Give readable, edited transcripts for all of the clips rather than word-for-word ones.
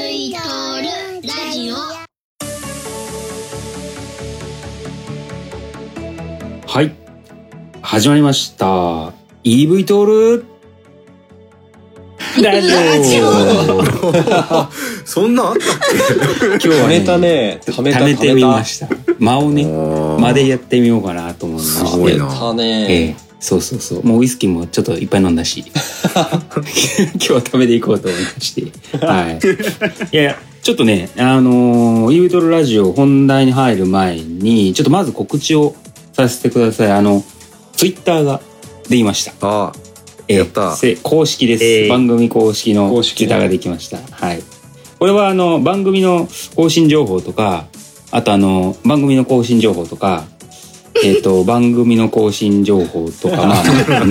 いとるラジオ。 はい、始まりました EV トールラジオそんなあったっけ今日はね貯めてみました間をね間でやってみようかなと思いましてすごいなそうもうウイスキーもちょっといっぱい飲んだし今日は食べていこうと思いましてはいいやちょっとねEV トールラジオ本題に入る前にちょっとまず告知をさせてください。ツイッターができました。 ああ、やった。 公式です、番組公式のツイッターができました。はい。これは番組の更新情報とか、あと番組の更新情報とか、番組の更新情報とか、まあ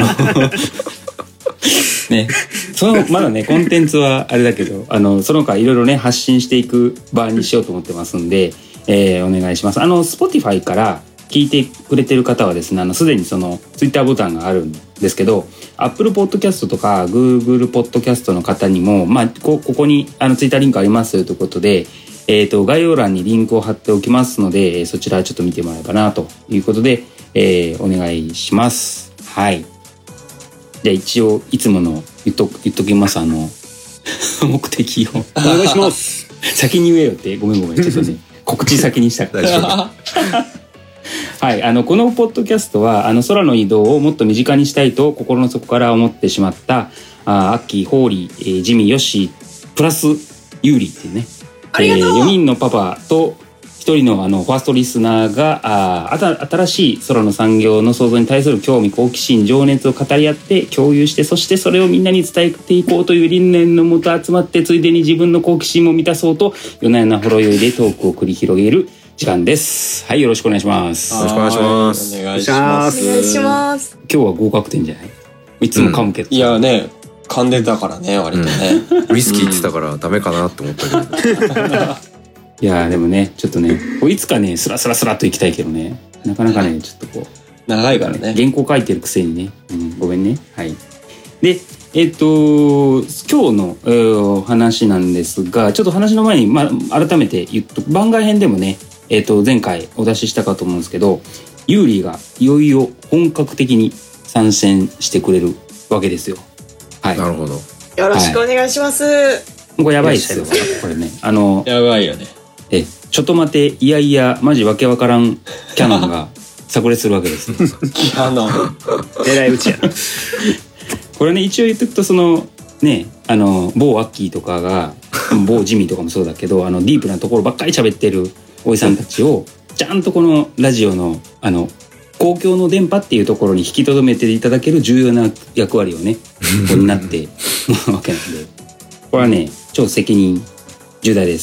ね、まだねコンテンツはあれだけど、その他いろいろね発信していく場にしようと思ってますんで、お願いします。Spotify から聞いてくれてる方はですね、すでにそのツイッターボタンがあるんですけど、Apple Podcast とか Google Podcast の方にも、まあ、ここにツイッターリンクありますということで、概要欄にリンクを貼っておきますので、そちらちょっと見てもらえばなということで、お願いします。はい。じゃあ一応いつもの言っときます。目的をお願いします。 先に言えよって、ごめんちょっとね告知先にしたから。大丈夫。はい、このポッドキャストは空の移動をもっと身近にしたいと心の底から思ってしまったアッキー、ホーリー、ジミー、ヨッシープラスユーリっていうね、4人のパパと1人のファーストリスナーが新しい空の産業の創造に対する興味、好奇心、情熱を語り合って共有して、そしてそれをみんなに伝えていこうという理念のもと集まって、ついでに自分の好奇心も満たそうと夜な夜なほろ酔いでトークを繰り広げる時間です。はい、よろしくお願いします。 よろしくお願いします。 お願いします。 お願いします。 今日は合格点じゃない？いつも噛むけど、 いやね、噛んでたからね、割とね、 ウイスキーって言ってたからダメかなって思ったけど、 いやでもね、ちょっとねいつかねスラっと行きたいけどね、なかなかねちょっとこう長いからね、 原稿書いてるくせにね、ごめんね。はい。で今日の、お話なんですが、ちょっと話の前に、改めて言っと番外編でもね、前回お出ししたかと思うんですけど、ユーリーがいよいよ本格的に参戦してくれるわけですよ。はい。 なるほど。 よろしくお願いします。 これやばいですよ。これね、 やばいよね。 ちょっと待て、いやいやマジわけわからんキャノンが炸裂するわけですよ。 キャノン。 狙い撃ちやな。これね、一応言っとくと、ね、某アッキーとかが某ジミーとかもそうだけど、ディープなところばっかり喋ってるおじさんたちをちゃんとこのラジオの公共の電波っていうところに引き留めていただける重要な役割をね担ってもらうわけなんで、これはね超責任重大です。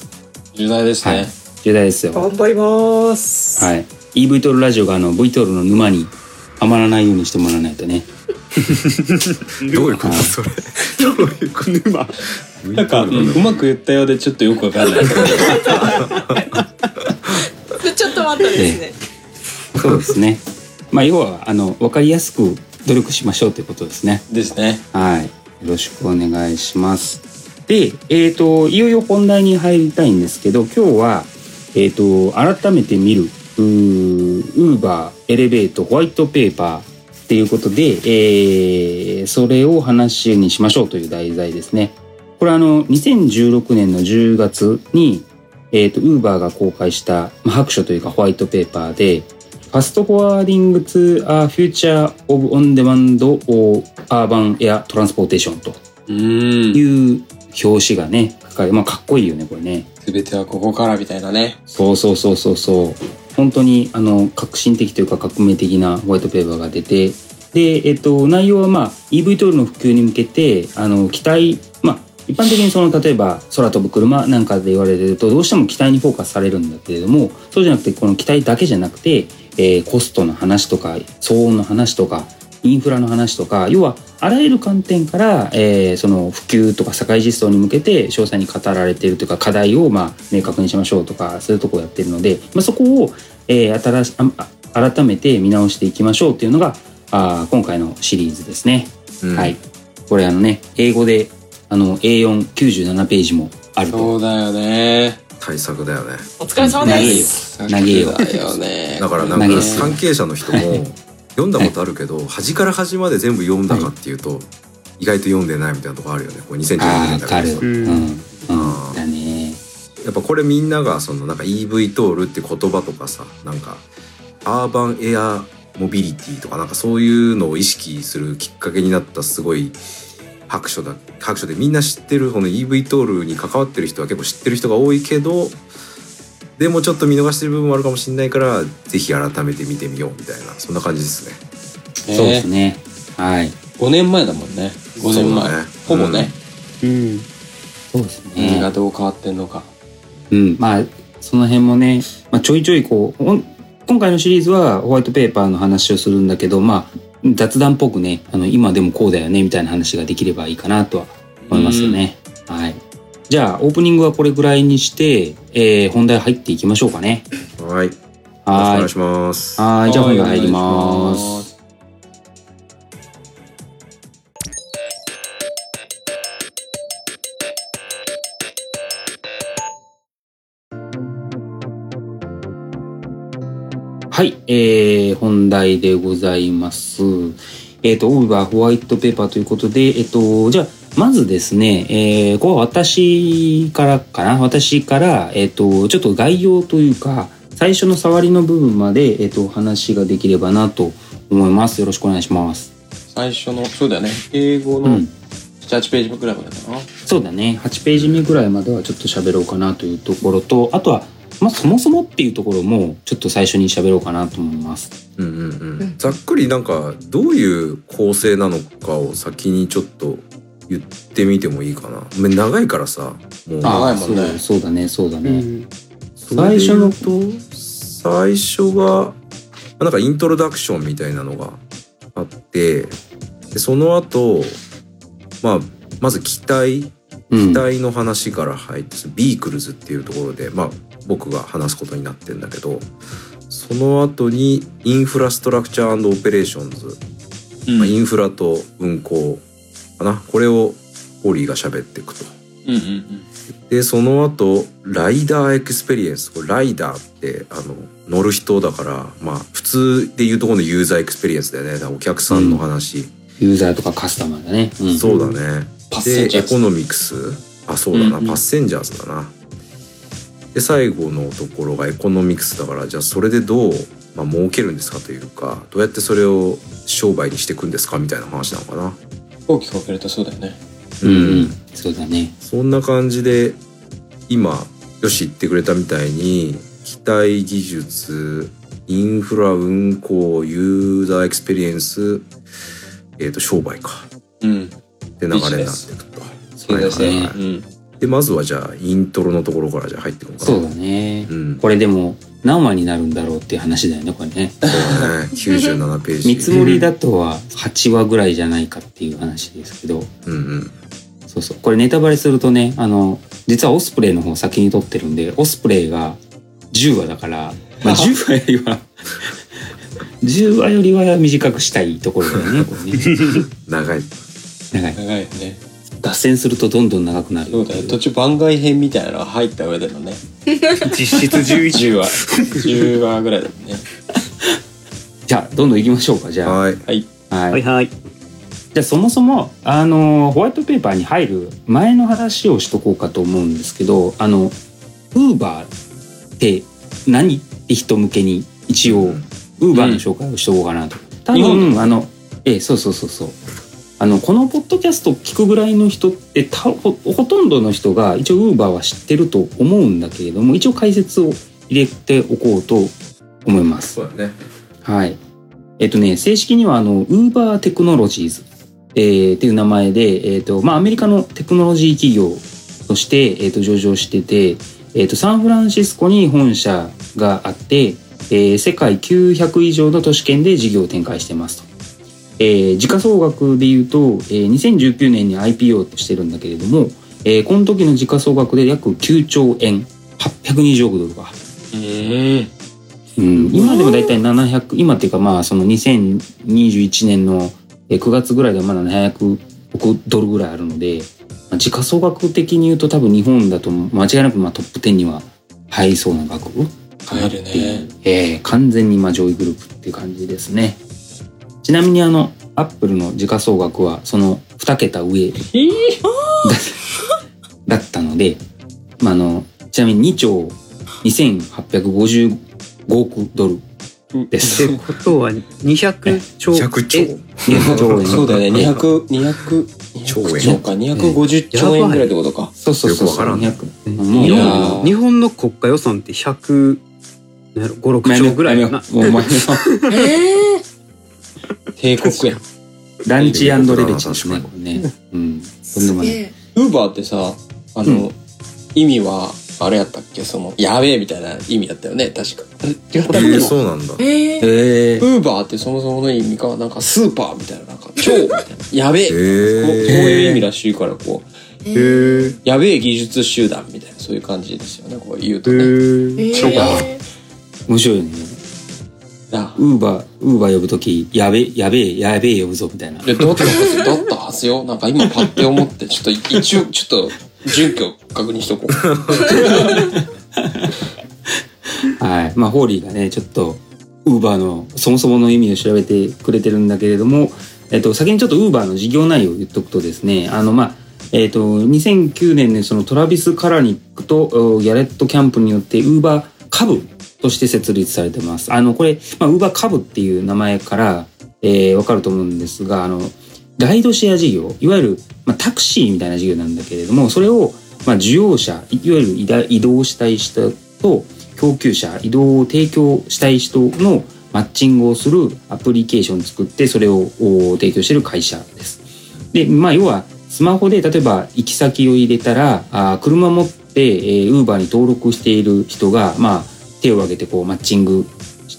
重大ですね、 はい、重大ですよ。 頑張ります。 はい。 EV トールラジオがV トールの沼にはまらないようにしてもらわないとね。 どういうことそれ。どういうこと沼。 なんかうまく言ったようでちょっとよくわかんない。 ちょっと待ったですね。 そうですね。要は分かりやすく努力しましょうということですね。 ですね。 はい。よろしくお願いします。で、いよいよ本題に入りたいんですけど、今日は改めて見るUber エレベートホワイトペーパーっていうことで、それを話にしましょうという題材ですね。これ2016年の10月にUber が公開した白書というかホワイトペーパーで、Fast Forwarding to a Future of On-Demand Urban Air Transportation という表紙がね、かっこいいよねこれね。 全てはここからみたいなね。 そう本当に革新的というか革命的なホワイトペーパーが出て、で内容はEV トールの普及に向けて機体、一般的に例えば空飛ぶ車なんかで言われるとどうしても機体にフォーカスされるんだけれども、そうじゃなくてこの機体だけじゃなくて、コストの話とか騒音の話とかインフラの話とか、要はあらゆる観点から、その普及とか社会実装に向けて詳細に語られているというか、課題を明確にしましょうとか、そういうところをやっているので、そこを、改めて見直していきましょうっていうのが今回のシリーズですね。はい。これ英語で A497 ページもあると。 そうだよね。 対策だよね。 お疲れ様です。 投げよだよね。 だからなんか投げです関係者の人も読んだことあるけど、端から端まで全部読んだかっていうと、意外と読んでないみたいなとこあるよね。これ2012年だかる。 けどさ。 だね。 やっぱこれみんながそのなんか EV トールって言葉とかさ、なんかアーバンエアモビリティとかなんかそういうのを意識するきっかけになったすごい白書でみんな知ってるこの EV トールに関わってる人は結構知ってる人が多いけど、でもちょっと見逃してる部分もあるかもしれないからぜひ改めて見てみようみたいなそんな感じですね。 そうですね。はい。 5年前だもんね。5年前。ほぼね。 そうです何ね。 がどう変わってんのか。 まあその辺もね、ちょいちょいこう今回のシリーズはホワイトペーパーの話をするんだけど、雑談っぽくね、今でもこうだよねみたいな話ができればいいかなとは思いますよね。はい。じゃあオープニングはこれぐらいにして、本題入っていきましょうかね。 はい。よろしくお願いします。 はい。じゃあ本題入ります。はい、本題でございます。オーバーホワイトペーパーということで、じゃあ、まずですね、これは私からかな。私から、ちょっと概要というか、最初の触りの部分まで、お話ができればなと思います。よろしくお願いします。 最初の、そうだよね。英語の7、8ページ目くらいまでかな。 そうだね。8ページ目ぐらいまではちょっと喋ろうかなというところと、あとは、そもそもっていうところもちょっと最初に喋ろうかなと思います。 ざっくりなんかどういう構成なのかを先にちょっと言ってみてもいいかな。長いからさ、もう長いもんね。 そうだね。 最初がなんかイントロダクションみたいなのがあって、でその後まず機体の話から入って、ビークルズっていうところで僕が話すことになってんだけど、その後にインフラストラクチャー&オペレーションズ、インフラと運行かな、これをホーリーが喋っていくと。でその後ライダーエクスペリエンス、これライダーって乗る人だから、普通でいうところのユーザーエクスペリエンスだよね。だからお客さんの話、 ユーザーとかカスタマーだね。 そうだね。でエコノミクス、そうだな、パッセンジャーズだな。で最後のところがエコノミクスだから、じゃあそれでどう、儲けるんですかというか、どうやってそれを商売にしていくんですかみたいな話なのかな。 大きく分けるとそうだよね。 そうだね。 そんな感じで今よし言ってくれたみたいに、機体技術、インフラ運行、ユーザーエクスペリエンス、商売か、って流れになっていくと。 そうですね。 でまずはじゃあイントロのところからじゃあ入っていこうかな。 そうだね。これでも何話になるんだろうっていう話だよね、これね。 そうだね。97ページ。 見積もりだとは8話ぐらいじゃないかっていう話ですけど。そう。これネタバレするとね、実はオスプレイの方先に撮ってるんで、オスプレイが10話だから、10話よりは10話よりは短くしたいところだよね、これね。 長いよね。 脱線するとどんどん長くなる。 そうだよ。途中番外編みたいなのが入った上でのね。 実質11話。 10話ぐらいだもんね。 じゃあどんどん行きましょうか。じゃあ。 はい。 じゃあそもそもホワイトペーパーに入る前の話をしとこうかと思うんですけど、Uber って何って人向けに一応 Uber の紹介をしとこうかなと。多分そう。このポッドキャスト聞くぐらいの人ってほとんどの人が一応 Uber は知ってると思うんだけれども、一応解説を入れておこうと思います。 そうだね。 はい。正式にはUber Technologies、っていう名前で、アメリカのテクノロジー企業として、上場してて、サンフランシスコに本社があって、世界900以上の都市圏で事業を展開してますと。時価総額でいうと、2019年に IPO してるんだけれども、この時の時価総額で約9兆円、820億ドルか。今でもだいたい700、今っていうかその2021年の9月ぐらいではまだ700 億ドルぐらいあるので、時価総額的に言うと多分日本だと間違いなくトップ10には入りそうな額入るね。 完全に上位グループっていう感じですね。ちなみにアップルの時価総額はその2桁上だったので、ちなみに2兆2855億ドルです。 ってことは200兆 200兆 200兆円。 そうだよね。200兆円か。250兆円ぐらいってことか。 そうそうそう。 よくわからん 200。 日本の国家予算って105、6兆ぐらいかな。 もうお前の帝国や。 ランチ&レベチですね。これね。うん。 すげえ。 ウーバーってさ、意味は、あれやったっけ、やべえみたいな意味だったよね、確か。違ったっけ？ そうなんだ。 ウーバーってそもそもの意味か、なんかスーパーみたいな、なんか超みたいな。やべえ。そういう意味らしいから、やべえ技術集団みたいな、そういう感じですよね、こう言うとね。 面白いね。ウーバー呼ぶとき、やべえ呼ぶぞみたいな。 だったはずよ。なんか今パッて思って、ちょっと一応、ちょっと、準拠確認しとこう。 はい。ホーリーがね、ちょっと、ウーバーのそもそもの意味を調べてくれてるんだけれども、先にちょっとウーバーの事業内容を言っとくとですね、2009年でそのトラビス・カラニックとギャレット・キャンプによってウーバー株として設立されてます。これ、ウーバー株っていう名前から、わかると思うんですが、ライドシェア事業、いわゆる、タクシーみたいな事業なんだけれども、それを、需要者、いわゆる移動したい人と供給者、移動を提供したい人のマッチングをするアプリケーションを作って、それを提供している会社です。で、要は、スマホで例えば行き先を入れたら、車持って、ウーバーに登録している人が、手を挙げてマッチングして、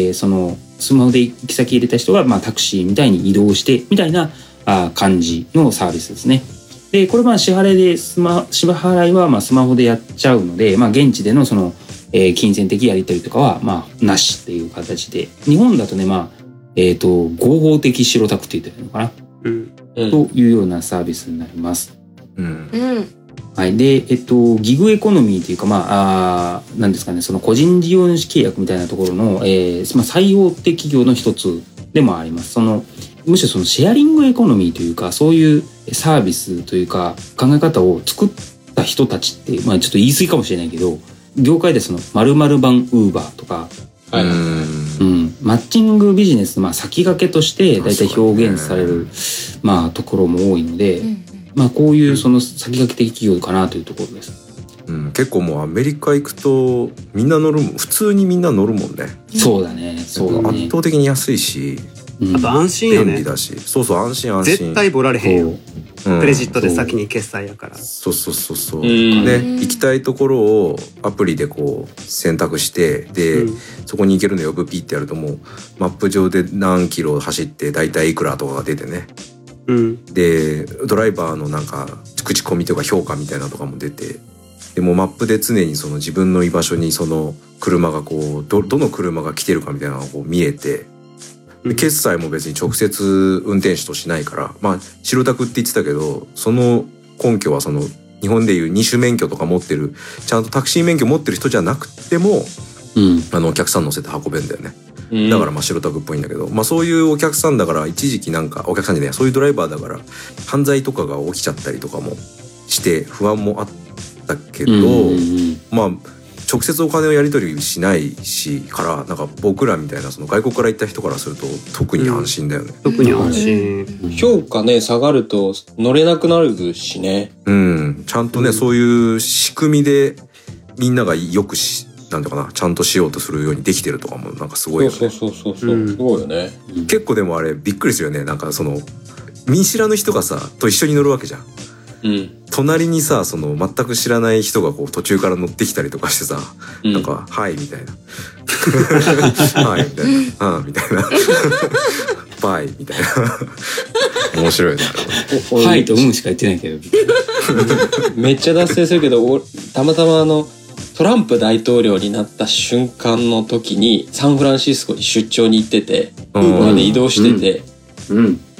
その、スマホで行き先入れた人が、タクシーみたいに移動してみたいな感じのサービスですね。で、これ支払いで支払いはスマホでやっちゃうので、現地でのその、金銭的やり取りとかはなしっていう形で、日本だとね合法的白タクって言ってるのかな、というようなサービスになります。はい。で、ギグエコノミーというか、なんですかね、その個人事業主契約みたいなところの、最大手企業の一つでもあります。むしろそのシェアリングエコノミーというか、そういうサービスというか、考え方を作った人たちって、ちょっと言い過ぎかもしれないけど、業界で〇〇版ウーバーとか、マッチングビジネスの先駆けとして大体表現される、ところも多いので、こういうその先駆け的企業かなというところです。 結構もうアメリカ行くとみんな乗るもん、普通にみんな乗るもんね。 そうだね。 圧倒的に安いし、 あと安心よね。 便利だし、そう安心。 絶対ボラれへんよ。クレジットで先に決済やから。 そう。で、行きたいところをアプリで選択して、で、そこに行けるの呼ぶピってやるともうマップ上で何キロ走ってだいたいいくらとかが出てね。でドライバーのなんか口コミとか評価みたいなのとかも出て、でもマップで常にその自分の居場所にその車がどの車が来てるかみたいなのが見えて、で決済も別に直接運転手としないから、白タクって言ってたけど、その根拠はその日本でいう二種免許とか持ってる、ちゃんとタクシー免許持ってる人じゃなくても、お客さん乗せて運べんだよね。だから白タクっぽいんだけど、そういうお客さんだから、一時期なんかお客さんじゃない、そういうドライバーだから犯罪とかが起きちゃったりとかもして不安もあったけど、直接お金をやり取りしないしから、なんか僕らみたいなその外国から行った人からすると特に安心だよね。 特に安心。 評価ね下がると乗れなくなるしね。 ちゃんとね、そういう仕組みでみんながよくなんていうかな、ちゃんとしようとするようにできてるとかもなんかすごいよね。 そうすごいよね。 結構でもあれびっくりするよね。なんかその見知らぬ人がと一緒に乗るわけじゃん。隣に全く知らない人が途中から乗ってきたりとかしてなんかはいみたいなはいみたいなみたいなバイみたいな面白いね。 はいとしか言ってないけどめっちゃ脱線するけど、たまたまトランプ大統領になった瞬間の時にサンフランシスコに出張に行ってて、ウーバーで移動してて、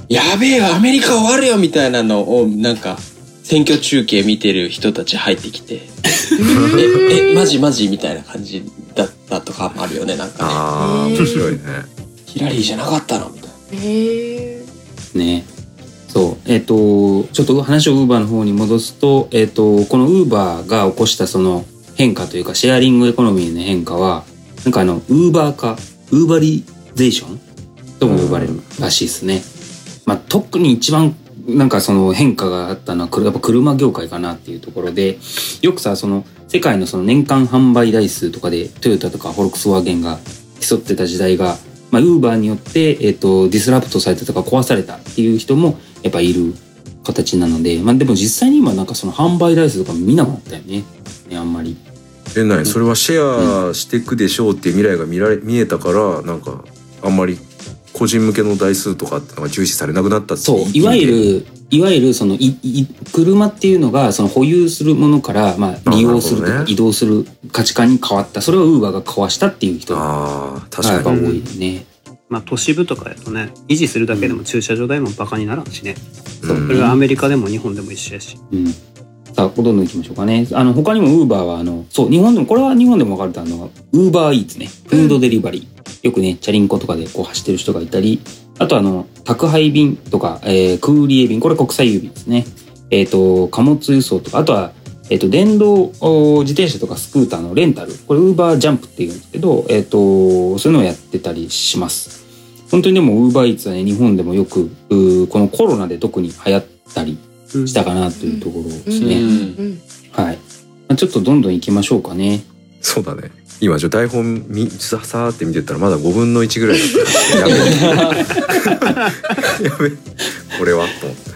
やべえよアメリカ終わるよみたいなのをなんか選挙中継見てる人たち入ってきてマジみたいな感じだったとかもあるよねなんかね。 ああ面白いね。 ヒラリーじゃなかったのみたいな。 ね。そう。ちょっと話をウーバーの方に戻すと、このウーバーが起こしたその変化というか、シェアリングエコノミーの変化は、なんかウーバー化、ウーバリゼーションとも呼ばれるらしいですね。まあ、特に一番なんかその変化があったのは、やっぱ車業界かなっていうところで、よくさ、その世界のその年間販売台数とかで、トヨタとかフォルクスワーゲンが競ってた時代が、まあ、ウーバーによって、ディスラプトされたとか壊されたっていう人もやっぱいる形なので、まあでも実際に今なんかその販売台数とか見なかったよね。あんまり。 何それはシェアしていくでしょうっていう未来が見えたから、なんかあんまり個人向けの台数とかってのが重視されなくなったって。 そう、いわゆるその車っていうのがその保有するものからまあ利用するとか移動する価値観に変わった。それをウーバーが壊したっていう人がやっぱ多いね。 まあ都市部とかだとね、維持するだけでも駐車場代もバカにならんしね。それがアメリカでも日本でも一緒やし。 さあ、どんどん行きましょうかね。他にもウーバーはそう、日本でも、これは日本でも分かれたのは、ウーバーイーツね。フードデリバリー。よくね、チャリンコとかでこう走ってる人がいたり、あと宅配便とか、クーリエ便、これ国際郵便ですね。貨物輸送とか、あとは、電動自転車とかスクーターのレンタル。これウーバージャンプっていうんですけど、そういうのをやってたりします。本当にでもウーバーイーツはね、日本でもよく、このコロナで特に流行ったりしたかなというところですね。はい。ちょっとどんどん行きましょうかね。 そうだね。今台本さーって見てたらまだ5分の1ぐらいだった。やべこれはと思って。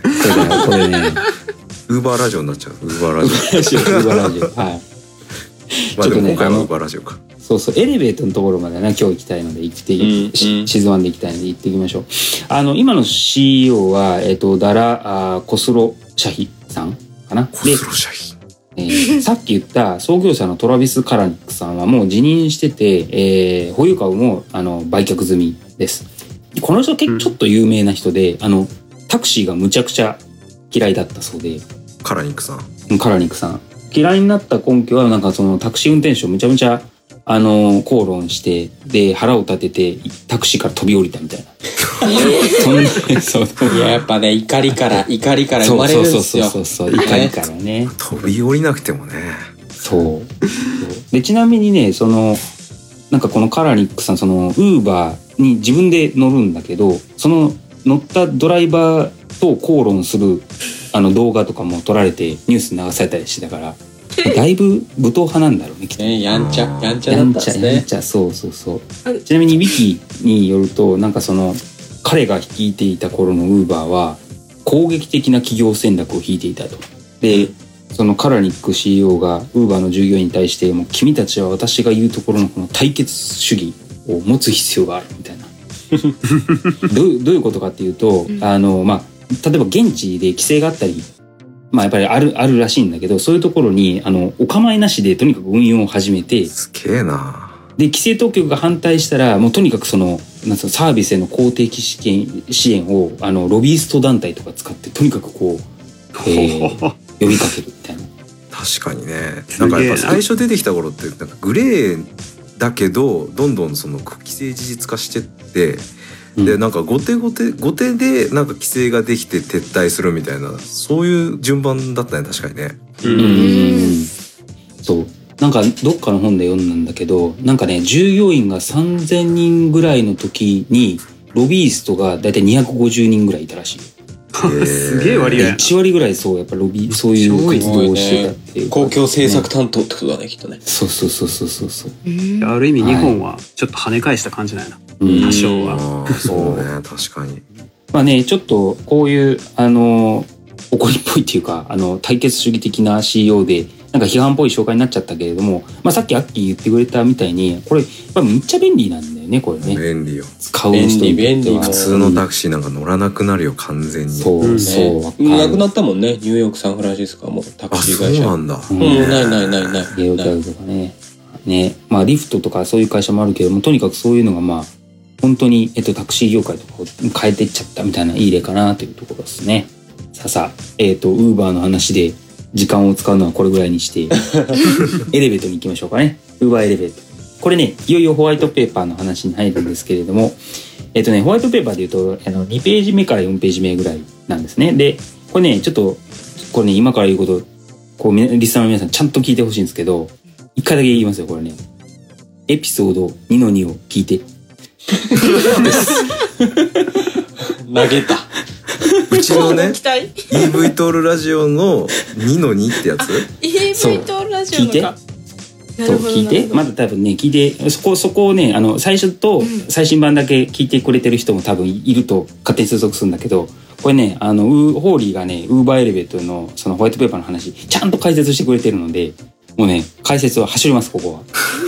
これね。 ウーバーラジオになっちゃう。ウーバーラジオ。 ウーバーラジオ。はい。 まあでも今回はウーバーラジオか。 そうそう、エレベーターのところまでね、今日行きたいので静まんでいきたいので行ってきましょう。今の CEO は、ダラ・コスロシャヒさんかな。 コスロシャヒ。さっき言った創業者のトラビス・カラニックさんはもう辞任してて、保有株も売却済みです。この人ちょっと有名な人で、タクシーがむちゃくちゃ嫌いだったそうで。 カラニックさん。 嫌いになった根拠はなんかそのタクシー運転手をむちゃむちゃ口論して、で、腹を立てて、タクシーから飛び降りたみたいな。 いや、やっぱね、怒りから生まれるんですよ。 そう、怒りからね。 飛び降りなくてもね。 そう。で、ちなみにね、なんかこのカラニックさん、ウーバーに自分で乗るんだけど、その乗ったドライバーと口論する、動画とかも撮られてニュースに流されたりしてたから、だいぶ武闘派なんだろうね、きっと。 やんちゃだったんですね。 やんちゃ、そう。ちなみにウィキによると、なんか彼が率いていた頃のウーバーは、攻撃的な企業戦略を引いていたと。で、そのカラニック CEO がウーバーの従業員に対して、もう君たちは私が言うところのこの対決主義を持つ必要があるみたいな。どういうことかっていうと、まあ、例えば現地で規制があったり、まあやっぱりあるらしいんだけど、そういうところにお構いなしでとにかく運用を始めて、 すげえな。 で規制当局が反対したら、もうとにかくサービスへの公的支援をロビースト団体とか使ってとにかくこう、呼びかけるみたいな。 確かにね。なんかやっぱ最初出てきた頃ってなんかグレーだけどどんどん規制事実化してって。でなんか後手でなんか規制ができて撤退するみたいな、そういう順番だったね、確かにね。 そう、なんかどっかの本で読んだんだけど、なんかね、従業員が3000人ぐらいの時にロビーストがだいたい250人ぐらいいたらしい。 すげえ割合。 1割ぐらいそうやっぱそういう活動をしてたっていう、 公共政策担当ってことだね、きっとね。 そう。 ある意味日本はちょっと跳ね返した感じないな。多少は。 そうね、確かに。 まあね、ちょっとこういう怒りっぽいっていうか対決主義的な CEO でなんか批判っぽい紹介になっちゃったけれども、まあさっきアッキー言ってくれたみたいに、これやっぱめっちゃ便利なんだよね、これね。 便利よ。 使う人にとっては普通のタクシーなんか乗らなくなるよ、完全に。 そう、 なくなったもんね、ニューヨーク、サンフランシスコはもうタクシー会社。 そうなんだ。 ない。 ゲオキャブとかね。まあリフトとかそういう会社もあるけども、とにかくそういうのがまあ本当に、タクシー業界とかを変えていっちゃったみたいないい例かなというところですね。さあ、Uber の話で時間を使うのはこれぐらいにしてエレベートに行きましょうかね。Uber エレベート。これね、いよいよホワイトペーパーの話に入るんですけれども、ホワイトペーパーでいうと2ページ目から4ページ目ぐらいなんですね。で、これね、ちょっとこれね、今から言うことこうリスナーの皆さんちゃんと聞いてほしいんですけど、一回だけ言いますよ。これね、エピソード 2-2 を聞いて投げた。 うちのね EV トールラジオの 2-2 ってやつ。 EV トールラジオのか。 そう聞いて、まだ多分ね聞いて、そこをね最初と最新版だけ聞いてくれてる人も多分いると勝手に推測するんだけど、これねホーリーがねウーバーエレベートのそのホワイトペーパーの話ちゃんと解説してくれてるので、もうね解説は走りますここは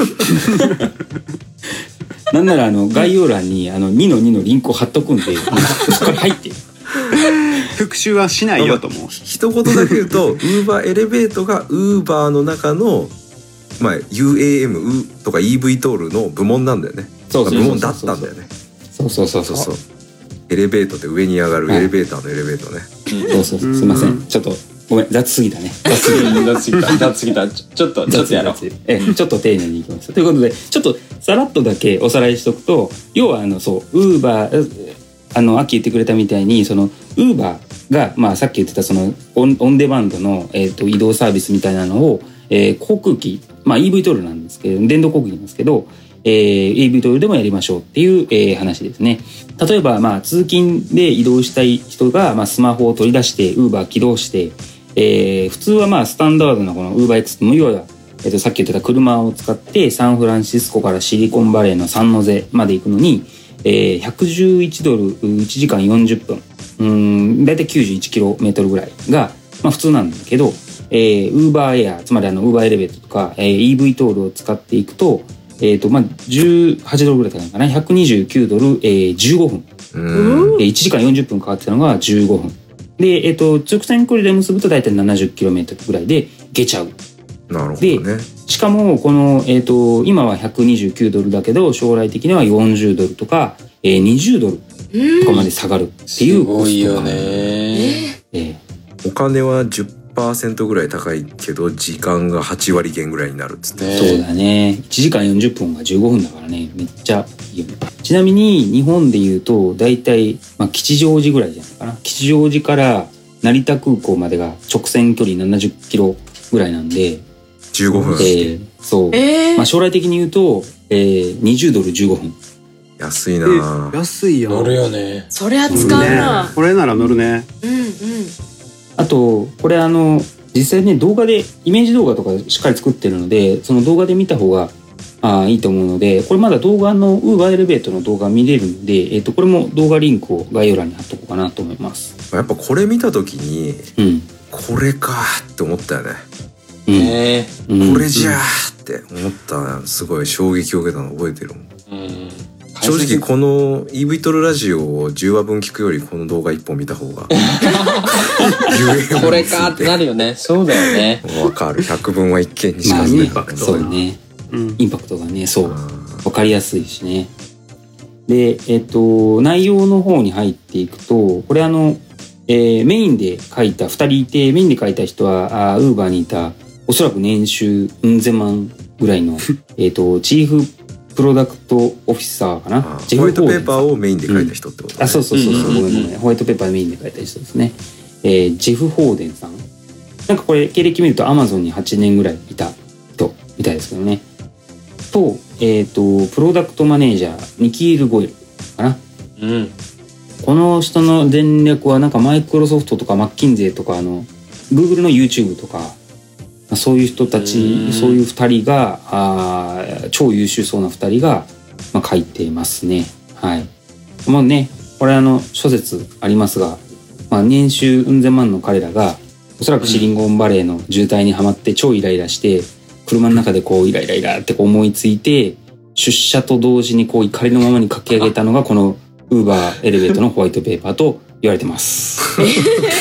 なんなら概要欄に2-2のリンクを貼っとくんで、そこから入って復習はしないよとも。 一言だけ言うとUber エレベートが Uber の中のまあ、UAM とか EV トールの部門なんだよね。部門だったんだよね。 そう。 エレベートって上に上がるエレベーターのエレベートね。 そうすいません。ちょっとごめん、雑すぎたね。 雑すぎた。ちょっとやろう。 ちょっと丁寧にいきます。ということで、ちょっとさらっとだけおさらいしとくと、要はUber秋言ってくれたみたいにUberがまあさっき言ってたオンデマンドの移動サービスみたいなのを航空機、まあ EV トールなんですけど、電動航空機なんですけど、EV トールでもやりましょうっていう、話ですね。例えばまあ通勤で移動したい人がまあスマホを取り出して Uber 起動して、普通はまあスタンダードなこの UberX も要は、さっき言ってた車を使ってサンフランシスコからシリコンバレーのサンノゼまで行くのに、111ドル1時間40分、だいたい 91km ぐらいが、まあ、普通なんだけど、Uber Air つまりUber エレベートとか、EV トールを使っていくと、まあ、18ドルぐらいかな、129ドル、15分、1時間40分かかってたのが15分で、直線距離で結ぶとだいたい 70km ぐらいで行けちゃう。 なるほどね。 でしかもこの、今は129ドルだけど将来的には40ドルとか、20ドルとかまで下がるっていうコストが。すごいよね。 お金は10% ぐらい高いけど時間が8割減ぐらいになるっつって、 そうだね。1時間40分が15分だからね、めっちゃいいよね。ちなみに日本でいうとだいたい吉祥寺ぐらいじゃないかな。吉祥寺から成田空港までが直線距離70キロぐらいなんで 15分、 そう、まあ、将来的に言うと、20ドル15分。 安いな。 安いよ。 乗るよね。 それは使うな。 これなら乗るね。 あとこれ実際ね動画でイメージ動画とかしっかり作ってるので、その動画で見た方がいいと思うので、これまだ動画の Uber エレベートの動画見れるので、これも動画リンクを概要欄に貼っとこうかなと思います。 やっぱこれ見た時に、これかって思ったよね。これじゃーって思った。すごい衝撃を受けたの覚えてるもん。正直この EV トルラジオを10話分聞くよりこの動画1本見た方がこれかってなるよね。そうだよね。 わかる。100分は一見にしかインパクトがね、インパクトがね、そうわかりやすいしね。で内容の方に入っていくと、これメインで書いた2人いて、メインで書いた人はUberにいたおそらく年収うん千万ぐらいのチーフプロダクトオフィサーかな。 ホワイトペーパーをメインで書いた人ってことね。 そうごめん。ホワイトペーパーメインで書いた人ですね。ジェフ・ホーデンさん。なんかこれ経歴見ると Amazon に8年ぐらいいた人みたいですけどね。とプロダクトマネージャーニキール・ゴイルかな。この人の前略はなんかマイクロソフトとかマッキンゼーとかGoogle の YouTube とか、そういう人たち、そういう2人が超優秀そうな2人が、書いてますね。はい。もうね、これ諸説ありますが、年収うん千万の彼らがおそらくシリコンバレーの渋滞にはまって超イライラして車の中でこうイライラってこう思いついて、出社と同時にこう怒りのままに書き上げたのがこのUber エレベートのホワイトペーパーと言われてます。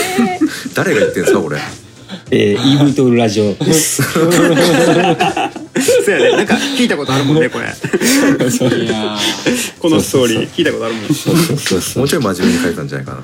誰が言ってんですかこれ。 EV トールラジオです。 そうやね。なんか聞いたことあるもんねこれ。 いやこのストーリー聞いたことあるもん。 もうちょい真面目に書いたんじゃないかな。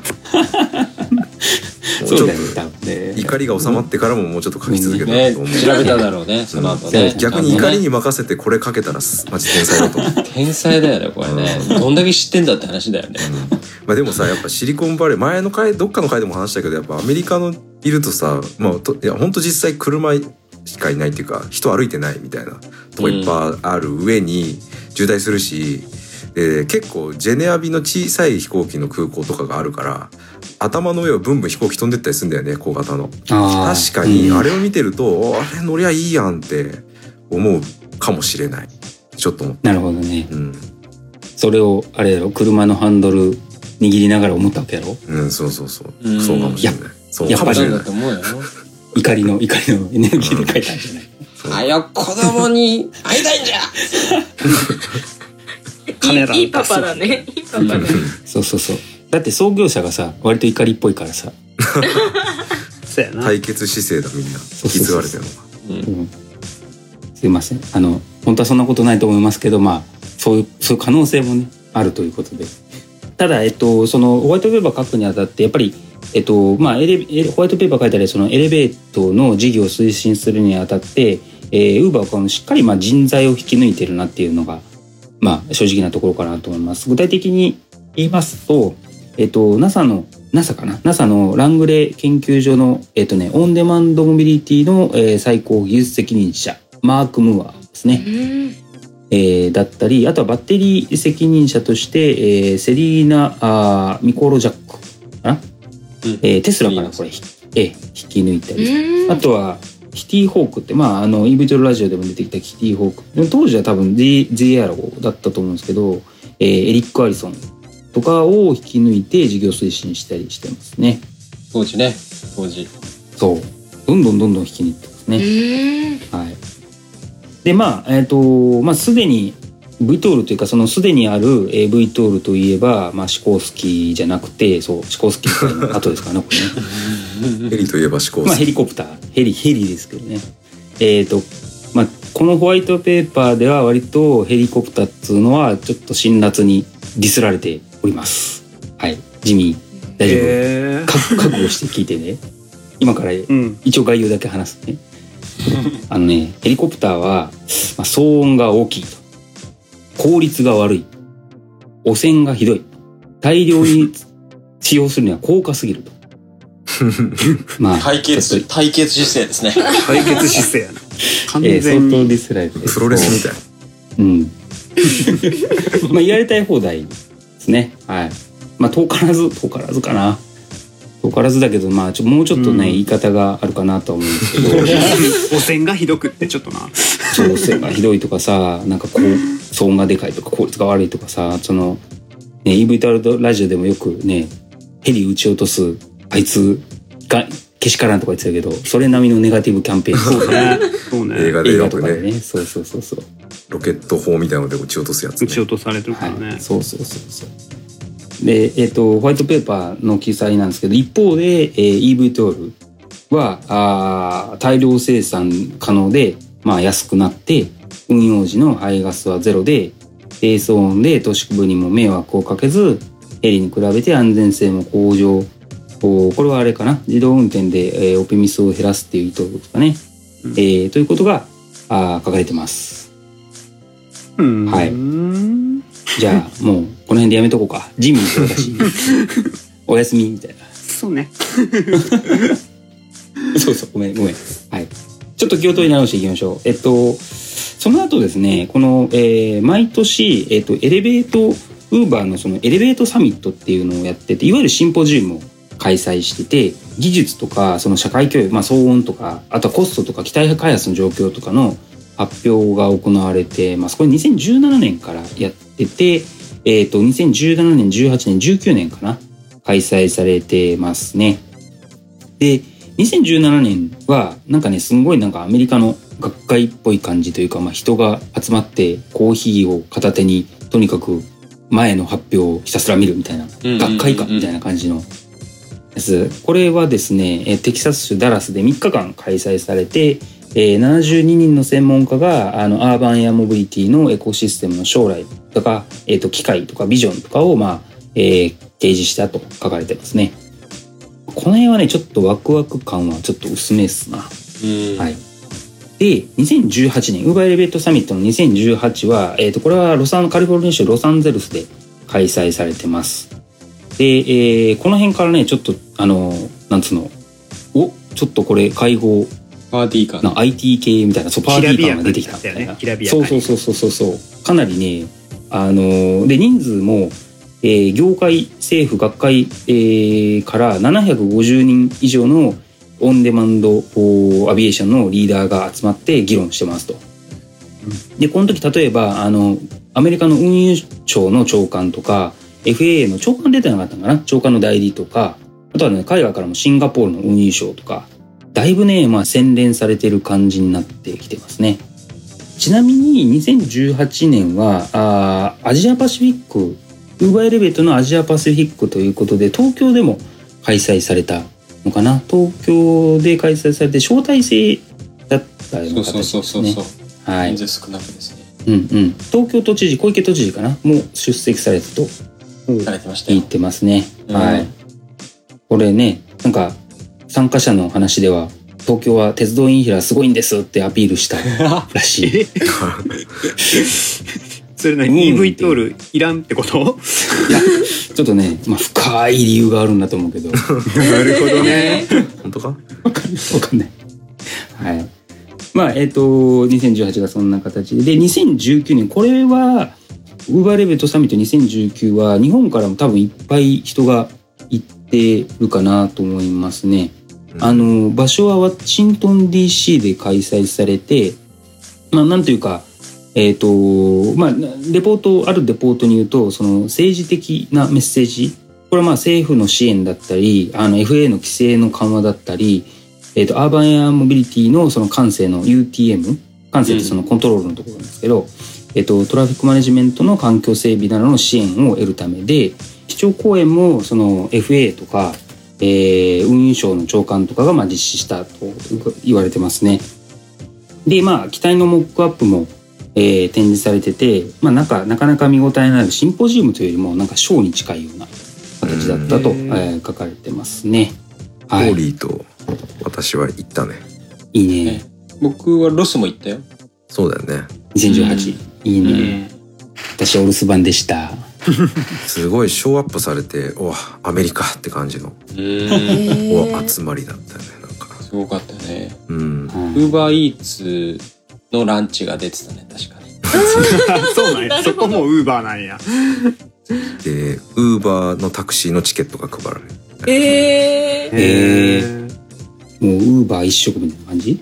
もうちょっそうだよね多分とね。 怒りが収まってからももうちょっと書き続けたねと思う。 調べただろうねその後ね。 逆に怒りに任せてこれ書けたらマジ天才だと思う。 天才だよねこれね。どんだけ知ってんだって話だよね。 まあでもさ、やっぱシリコンバレー、前の回どっかの回でも話したけど、やっぱアメリカのいるとさ、まあいや本当実際車しかいないっていうか人歩いてないみたいなとこいっぱいある上に渋滞するし、結構ジェネアビの小さい飛行機の空港とかがあるから頭の上をブンブン飛行機飛んでったりするんだよね、小型の。確かにあれを見てると、あれ乗りゃいいやんって思うかもしれない。ちょっと思って。 なるほどね。 うん、 それをあれやろ、車のハンドル握りながら思ったわけやろ。 うん、そうそうそう、 うんそうかもしれない。そうやっぱりかもしれないだと。思うよ。 怒りのエネルギーで書いたんじゃない。 あや子供に会いたいんじゃ。 いいパパだね。いいパパだね。 そうそうそう。だって創業者がさ、割と怒りっぽいからさ。 そうやな。 対決姿勢だ、みんな引き継がれてるのが。 うんすいません。本当はそんなことないと思いますけど、まあそういう可能性もねあるということで。ただそのホワイトペーパー書くにあたってやっぱりまあホワイトペーパー書いたりそのエレベートの事業を推進するにあたって、Uber はしっかりまあ人材を引き抜いてるなっていうのがまあ正直なところかなと思います。具体的に言いますと、NASA のラングレー研究所のオンデマンドモビリティの、最高技術責任者マーク・ムーアですね。だったり、あとはバッテリー責任者として、セリーナミコロジャックかな、テスラからこれ引き抜いたり、あとはキティホークって、まあEVTOL ラジオでも出てきたキティホーク、当時は多分 JR だったと思うんですけど、エリック・アリソンとかを引き抜いて事業推進したりしてますね。 当時ね、当時。 そう、どんどん引き抜いてますね。はい。でまあすでに VTOL というかそのすでにある VTOL といえば、まあ、シコースキーじゃなくて、そうシコースキーの後ですからねこれね。 ヘリといえばシコースキー。 まあヘリコプターヘリですけどね。まあこのホワイトペーパーでは割とヘリコプターっつうのはちょっと辛辣にディスられております。はい、ジミー大丈夫？覚悟して聞いてね。今から一応概要だけ話すね。ヘリコプターは、まあ、騒音が大きいと、効率が悪い、汚染がひどい、大量に使用するには高価すぎると。まあ対決姿勢ですね。 対決姿勢やな。完全に相当ディスられてプロレスみたい。 まあ言われたい放題ですね。はい。まあ遠からずかな。遠からずだけど、まあもうちょっとね、言い方があるかなとは思うんですけど。 汚染がひどくってちょっとな。 汚染がひどいとかさ、なんかこう騒音がでかいとか効率が悪いとかさ、そのね EVTOL ラジオでもよくねヘリ撃ち落とすあいつがけしからんとか言ってたけど、それ並みのネガティブキャンペーン。 そうね。 映画でよくとかでね。 ね、 そう。 ロケット砲みたいなので撃ち落とすやつ、ね。 撃ち落とされてるからね。 はい、そう。で、ホワイトペーパーの記載なんですけど、一方で、EVTOL は大量生産可能で、まあ、安くなって運用時の排ガスはゼロで低騒音で都市部にも迷惑をかけずヘリに比べて安全性も向上。これはあれかな、自動運転で、オペミスを減らすっていう意図ですかね、ということが書かれてます。はい。じゃあもうこの辺でやめとこうか。ジミーと私おやすみみたいな。 そうね。 そうごめん。はい。ちょっと気を取り直していきましょう。その後ですね、この、毎年エレベートウーバーのそのエレベートサミットっていうのをやってて、いわゆるシンポジウムを開催してて、技術とかその社会教育、まあ騒音とか、あとはコストとか機体開発の状況とかの発表が行われてます。これ2017年からやってて、2017年、18年、19年かな、開催されてますね。で、2017年はなんかね、すんごいなんかアメリカの学会っぽい感じというか、まあ人が集まってコーヒーを片手にとにかく前の発表をひたすら見るみたいな、学会かみたいな感じのやつ。これはですね、テキサス州ダラスで3日間開催されて、 72人の専門家がアーバンエアモビリティのエコシステムの将来とか、機械とかビジョンとかを、提示したと書かれてますね。この辺はねちょっとワクワク感はちょっと薄めっすな。はい。で2018年ウーバーエレベートサミットの2018は、これはカリフォルニア州ロサンゼルスで開催されてます。で、この辺からねちょっとなんつうのちょっとこれ会合パーティー感 IT 系みたいなパーティー感が出てきたみたいな。そうかなりねで人数も、業界政府学会、から750人以上のオンデマンドアビエーションのリーダーが集まって議論してますと。でこの時例えばアメリカの運輸庁の長官とか FAA の長官出てなかったのかな、長官の代理とか、あとはね海外からもシンガポールの運輸省とかだいぶね洗練されてる感じになってきてますね。ちなみに2018年はアジアパシフィックウーバーエレベートのアジアパシフィックということで東京でも開催されたのかな。東京で開催されて招待制だったような形ですね。はい。 人数少なくですね。 東京都知事小池都知事かなも出席されたとされてましたよ。 言ってますね。はい。これねなんか参加者の話では東京は鉄道インフラすごいんですってアピールしたらしい。 それ何 EV トールいらんってこと？ いやちょっとね、深い理由があるんだと思うけど。なるほどね。 本当か？わかんない。はい。2018がそんな形で、2019年これはウーバーエレベートサミット2019は日本からも多分いっぱい人が行ってるかなと思いますね。場所はワシントン DC で開催されて、なんというかレポートに言うとその政治的なメッセージ、これは政府の支援だったりFA の規制の緩和だったり、アーバンエアモビリティのその管制の UTM 管制ってそのコントロールのところなんですけど、トラフィックマネジメントの環境整備などの支援を得るためで、基調講演もその FA とか、運輸省の長官とかが実施したと言われてますね。で機体のモックアップも展示されてて、なかなか見応えのあるシンポジウムというよりもなんかショーに近いような形だったと、書かれてますね。 ホーリーと私は行ったね。 いいね。 僕はロスも行ったよ。 そうだよね。 2018、いいね。私はお留守番でした。 すごいショーアップされて、アメリカって感じの集まりだったよね。なんかすごかったね。ウーバーイーツのランチが出てたね、確かに。 そうなんや。そこもウーバーなんや。 でウーバーのタクシーのチケットが配られる。 もうウーバー一色みたいな感じ。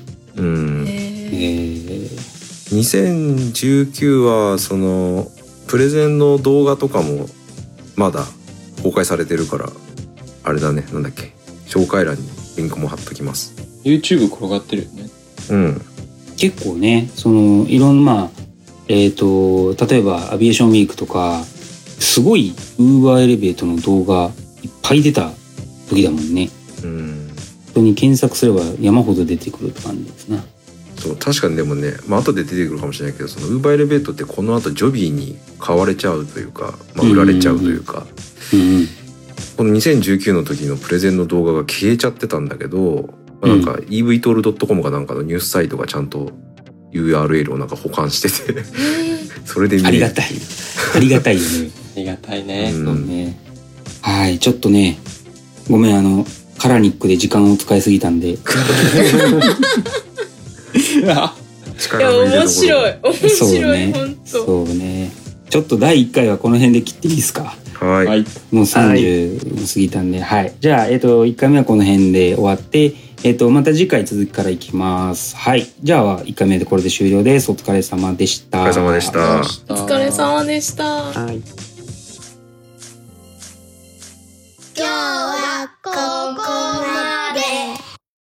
2019はそのプレゼンの動画とかもまだ公開されてるからあれだね、なんだっけ、紹介欄にリンクも貼っときます。 YouTube 転がってるよね。 結構ねそのいろんな例えばアビエーションウィークとかすごいウーバーエレベートの動画いっぱい出た時だもんね。そこに検索すれば山ほど出てくるって感じですね。 そう確かに。でもね、後で出てくるかもしれないけど、そのウーバーエレベートってこの後ジョビーに買われちゃうというか、売られちゃうというか、この2019の時のプレゼンの動画が消えちゃってたんだけど、なんか evtool.com かなんかのニュースサイトがちゃんと URL をなんか保管しててそれで見れる。 ありがたいよね。 ありがたいね。 そうね。はい、ちょっとねごめんカラニックで時間を使いすぎたんでいや面白い本当。 そうね。ちょっと第1回はこの辺で切っていいですか？ はい。 もう30過ぎたんで、はい。じゃあ1回目はこの辺で終わって、また次回続きからいきます。はい。じゃあ1回目でこれで終了です。お疲れ様でした。 お疲れ様でした。 お疲れ様でした。 はい。 今日はここ